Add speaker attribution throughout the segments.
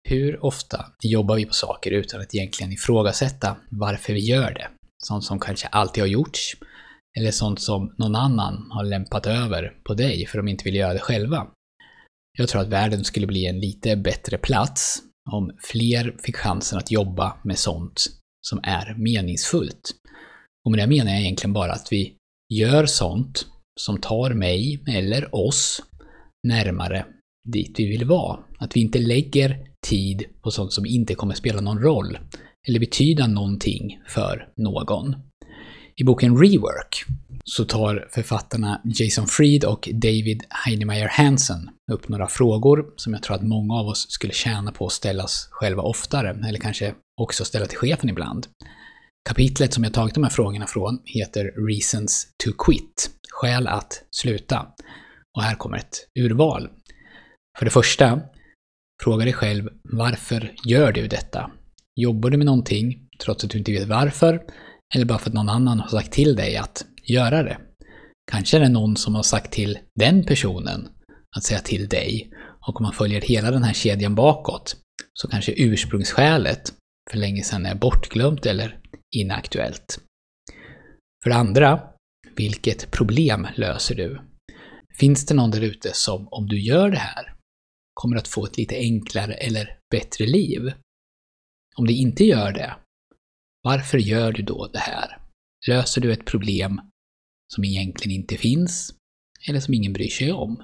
Speaker 1: Hur ofta jobbar vi på saker utan att egentligen ifrågasätta varför vi gör det? Sånt som kanske alltid har gjorts, eller sånt som någon annan har lämpat över på dig för att de inte vill göra det själva. Jag tror att världen skulle bli en lite bättre plats om fler fick chansen att jobba med sånt som är meningsfullt. Och med det menar jag egentligen bara att vi gör sånt som tar mig eller oss närmare dit vi vill vara. Att vi inte lägger tid på sånt som inte kommer spela någon roll eller betyda någonting för någon. I boken Rework så tar författarna Jason Fried och David Heinemeier Hansson upp några frågor som jag tror att många av oss skulle tjäna på att ställas själva oftare, eller kanske också ställa till chefen ibland. Kapitlet som jag tagit de här frågorna från heter Reasons to Quit, skäl att sluta. Och här kommer ett urval. För det första, fråga dig själv varför gör du detta? Jobbar du med någonting trots att du inte vet varför, eller bara för att någon annan har sagt till dig att göra det? Kanske är det någon som har sagt till den personen att säga till dig, och om man följer hela den här kedjan bakåt så kanske ursprungsskälet för länge sedan är bortglömt eller inaktuellt. För det andra, vilket problem löser du? Finns det någon där ute som, om du gör det här, kommer att få ett lite enklare eller bättre liv? Om det inte gör det, varför gör du då det här? Löser du ett problem som egentligen inte finns eller som ingen bryr sig om?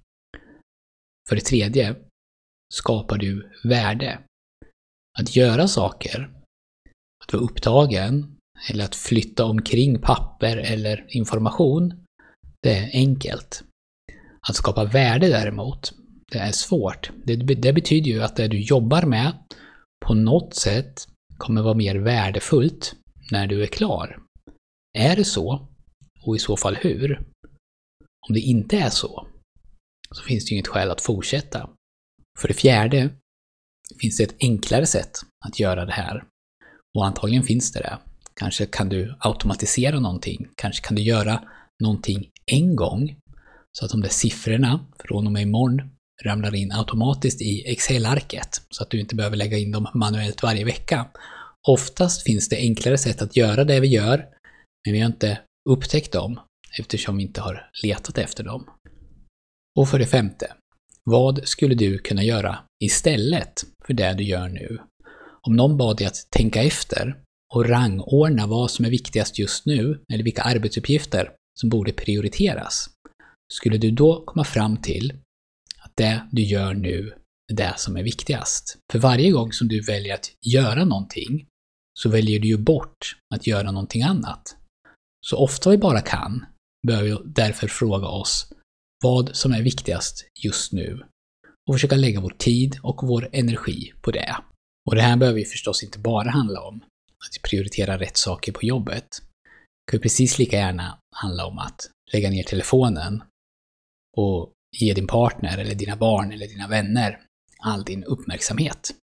Speaker 1: För det tredje, skapar du värde? Att göra saker, att vara upptagen eller att flytta omkring papper eller information, det är enkelt. Att skapa värde däremot, det är svårt. Det betyder ju att det du jobbar med på något sätt kommer vara mer värdefullt när du är klar. Är det så? Och i så fall hur? Om det inte är så finns det ju inget skäl att fortsätta. För det fjärde finns det ett enklare sätt att göra det här. Och antagligen finns det. Kanske kan du automatisera någonting. Kanske kan du göra någonting en gång så att de där siffrorna från och med imorgon ramlar in automatiskt i Excel-arket så att du inte behöver lägga in dem manuellt varje vecka. Oftast finns det enklare sätt att göra det vi gör, men vi har inte upptäckt dem eftersom vi inte har letat efter dem. Och för det femte, vad skulle du kunna göra istället för det du gör nu? Om någon bad dig att tänka efter och rangordna vad som är viktigast just nu, eller vilka arbetsuppgifter som borde prioriteras, skulle du då komma fram till att det du gör nu är det som är viktigast? För varje gång som du väljer att göra någonting så väljer du ju bort att göra någonting annat. Så ofta vi bara kan bör vi därför fråga oss vad som är viktigast just nu och försöka lägga vår tid och vår energi på det. Och det här behöver ju förstås inte bara handla om att prioritera rätt saker på jobbet. Det kan ju precis lika gärna handla om att lägga ner telefonen och ge din partner eller dina barn eller dina vänner all din uppmärksamhet.